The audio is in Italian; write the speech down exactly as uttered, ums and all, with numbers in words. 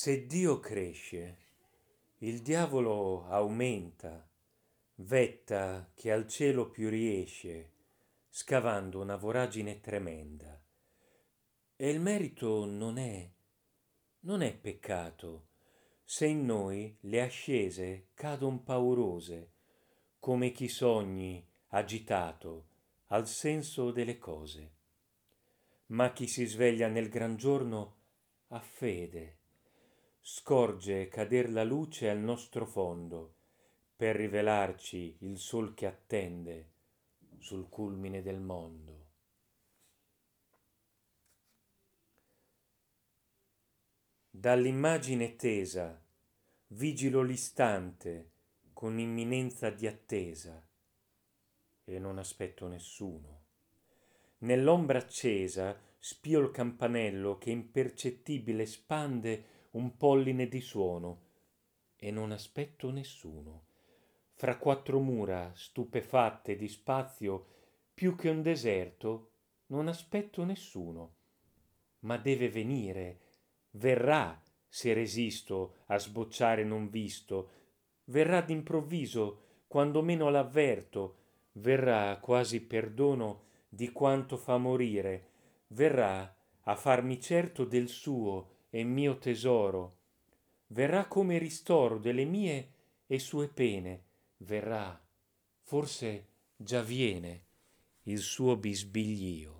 Se Dio cresce, il diavolo aumenta, vetta che al cielo più riesce, scavando una voragine tremenda. E il merito non è, non è peccato, se in noi le ascese cadon paurose, come chi sogni, agitato, al senso delle cose. Ma chi si sveglia nel gran giorno ha fede, scorge cader la luce al nostro fondo, per rivelarci il sol che attende sul culmine del mondo. Dall'immagine tesa, vigilo l'istante con imminenza di attesa, e non aspetto nessuno. Nell'ombra accesa spio il campanello che impercettibile spande un polline di suono, e non aspetto nessuno. Fra quattro mura stupefatte di spazio, più che un deserto, non aspetto nessuno. Ma deve venire, verrà, se resisto a sbocciare non visto, verrà d'improvviso, quando meno l'avverto, verrà quasi perdono di quanto fa morire, verrà a farmi certo del suo e mio tesoro, verrà come ristoro delle mie e sue pene, verrà, forse già viene, il suo bisbiglio.